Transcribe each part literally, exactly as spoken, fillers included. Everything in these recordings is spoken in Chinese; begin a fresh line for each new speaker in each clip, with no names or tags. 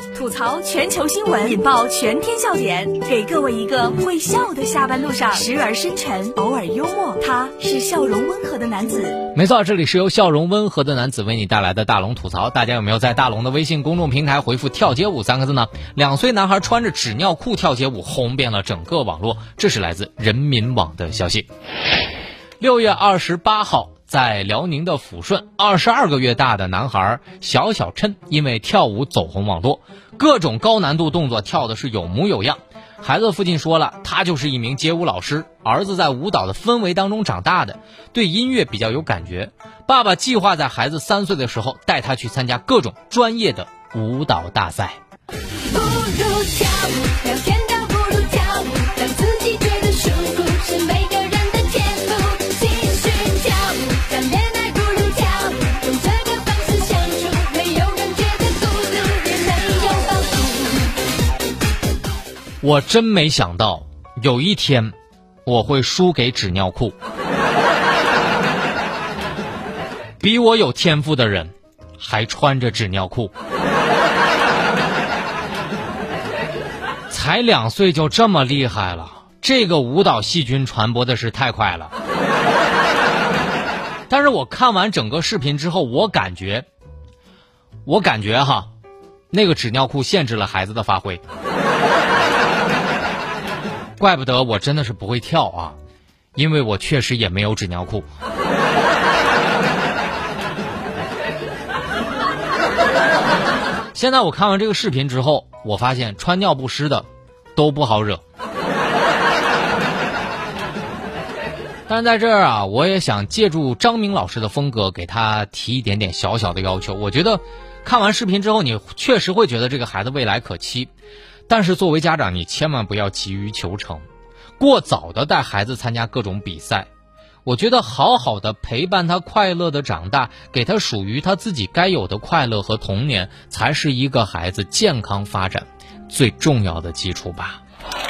吐槽全球新闻，引爆全天笑点，给各位一个会笑的下班路上，时而深沉，偶尔幽默，他是笑容温和的男子。
没错，这里是由笑容温和的男子为你带来的大龙吐槽。大家有没有在大龙的微信公众平台回复跳街舞三个字呢？两岁男孩穿着纸尿裤跳街舞，红遍了整个网络。这是来自人民网的消息。六月二十八号，在辽宁的抚顺，二十二个月大的男孩小小琛因为跳舞走红网络，各种高难度动作跳的是有模有样。孩子父亲说了，他就是一名街舞老师，儿子在舞蹈的氛围当中长大的，对音乐比较有感觉。爸爸计划在孩子三岁的时候带他去参加各种专业的舞蹈大赛。
不如跳舞，聊天倒不如跳舞，让自己觉得舒服是每个人的天赋。继续跳舞，谈恋爱不如跳舞，用这个方式相处，没有人觉得孤独，也没有包袱。
我真没想到有一天我会输给纸尿裤。比我有天赋的人还穿着纸尿裤。才两岁就这么厉害了，这个舞蹈细菌传播的是太快了。但是我看完整个视频之后，我感觉我感觉哈那个纸尿裤限制了孩子的发挥。怪不得我真的是不会跳啊，因为我确实也没有纸尿裤。现在我看完这个视频之后，我发现穿尿不湿的都不好惹。但是在这儿啊，我也想借助张明老师的风格给他提一点点小小的要求。我觉得看完视频之后，你确实会觉得这个孩子未来可期，但是作为家长，你千万不要急于求成，过早的带孩子参加各种比赛。我觉得好好的陪伴他快乐的长大，给他属于他自己该有的快乐和童年，才是一个孩子健康发展最重要的基础吧。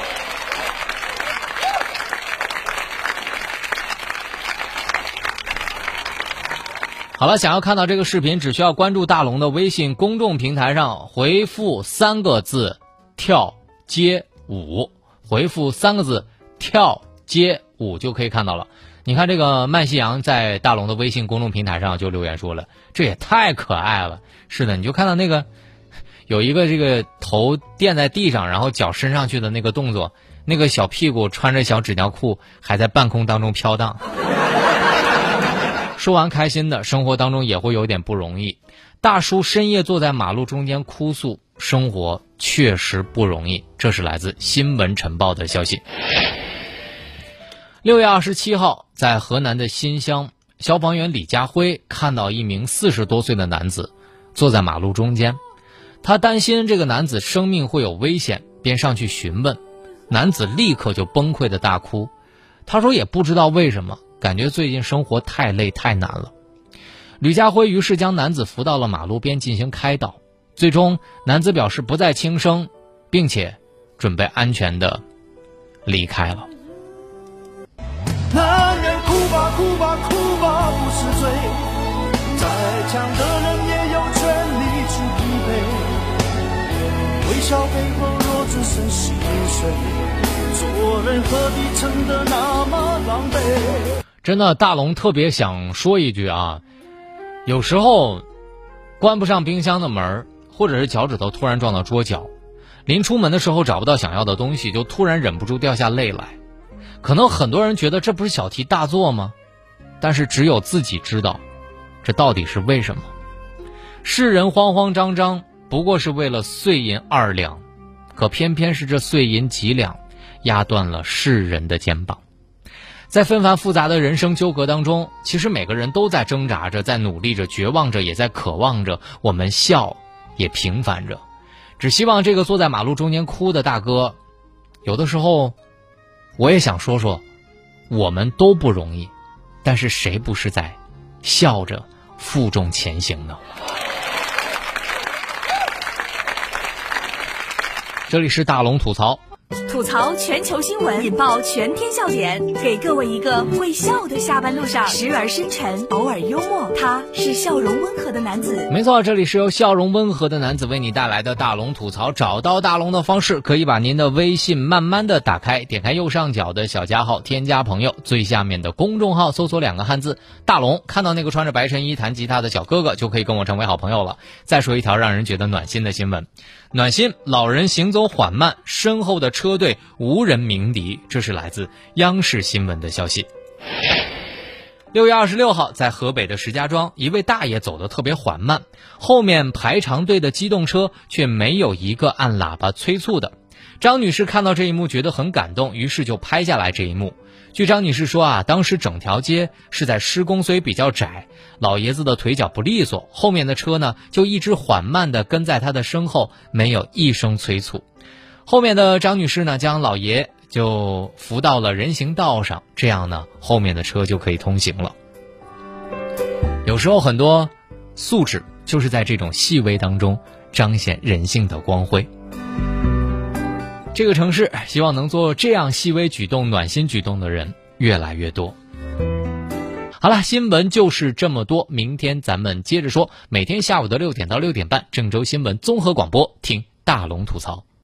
好了，想要看到这个视频，只需要关注大龙的微信公众平台上回复三个字跳街舞，回复三个字跳街舞就可以看到了。你看这个麦西阳在大龙的微信公众平台上就留言说了，这也太可爱了。是的，你就看到那个有一个这个头垫在地上，然后脚伸上去的那个动作，那个小屁股穿着小纸尿裤还在半空当中飘荡。说完开心的，生活当中也会有点不容易。大叔深夜坐在马路中间哭诉，生活确实不容易。这是来自新闻晨报的消息。六月二十七号，在河南的新乡，消防员李家辉看到一名四十多岁的男子坐在马路中间，他担心这个男子生命会有危险，便上去询问，男子立刻就崩溃的大哭。他说也不知道为什么，感觉最近生活太累太难了。吕家辉于是将男子扶到了马路边进行开导，最终男子表示不再轻生，并且准备安全的离开了。
男人哭吧哭吧哭吧不是罪，再强的人也有权利去疲惫，微笑背后若只剩心碎，做人何必撑得那么狼狈。
真的，大龙特别想说一句啊，有时候关不上冰箱的门，或者是脚趾头突然撞到桌角，临出门的时候找不到想要的东西，就突然忍不住掉下泪来。可能很多人觉得这不是小题大做吗？但是只有自己知道这到底是为什么。世人慌慌张张不过是为了碎银二两，可偏偏是这碎银几两压断了世人的肩膀。在纷繁复杂的人生纠葛当中，其实每个人都在挣扎着，在努力着，绝望着，也在渴望着，我们笑也平凡着。只希望这个坐在马路中间哭的大哥，有的时候我也想说说，我们都不容易，但是谁不是在笑着负重前行呢？这里是大龙吐槽。
吐槽全球新闻，引爆全天笑点，给各位一个会笑的下班路上，时而深沉，偶尔幽默。他是笑容温和的男子。
没错，这里是由笑容温和的男子为你带来的大龙吐槽。找到大龙的方式，可以把您的微信慢慢的打开，点开右上角的小加号，添加朋友，最下面的公众号搜索两个汉字大龙，看到那个穿着白衬衣弹吉他的小哥哥，就可以跟我成为好朋友了。再说一条让人觉得暖心的新闻，暖心，老人行走缓慢，身后的车队无人鸣笛，这是来自央视新闻的消息。六月二十六号，在河北的石家庄，一位大爷走得特别缓慢，后面排长队的机动车却没有一个按喇叭催促的。张女士看到这一幕觉得很感动，于是就拍下来这一幕。据张女士说啊，当时整条街是在施工，所以比较窄，老爷子的腿脚不利索，后面的车呢就一直缓慢地跟在他的身后，没有一声催促。后面的张女士呢将老爷就扶到了人行道上，这样呢后面的车就可以通行了。有时候很多素质就是在这种细微当中彰显人性的光辉。这个城市希望能做这样细微举动暖心举动的人越来越多。好了，新闻就是这么多，明天咱们接着说。每天下午的六点到六点半，郑州新闻综合广播，听大龙吐槽。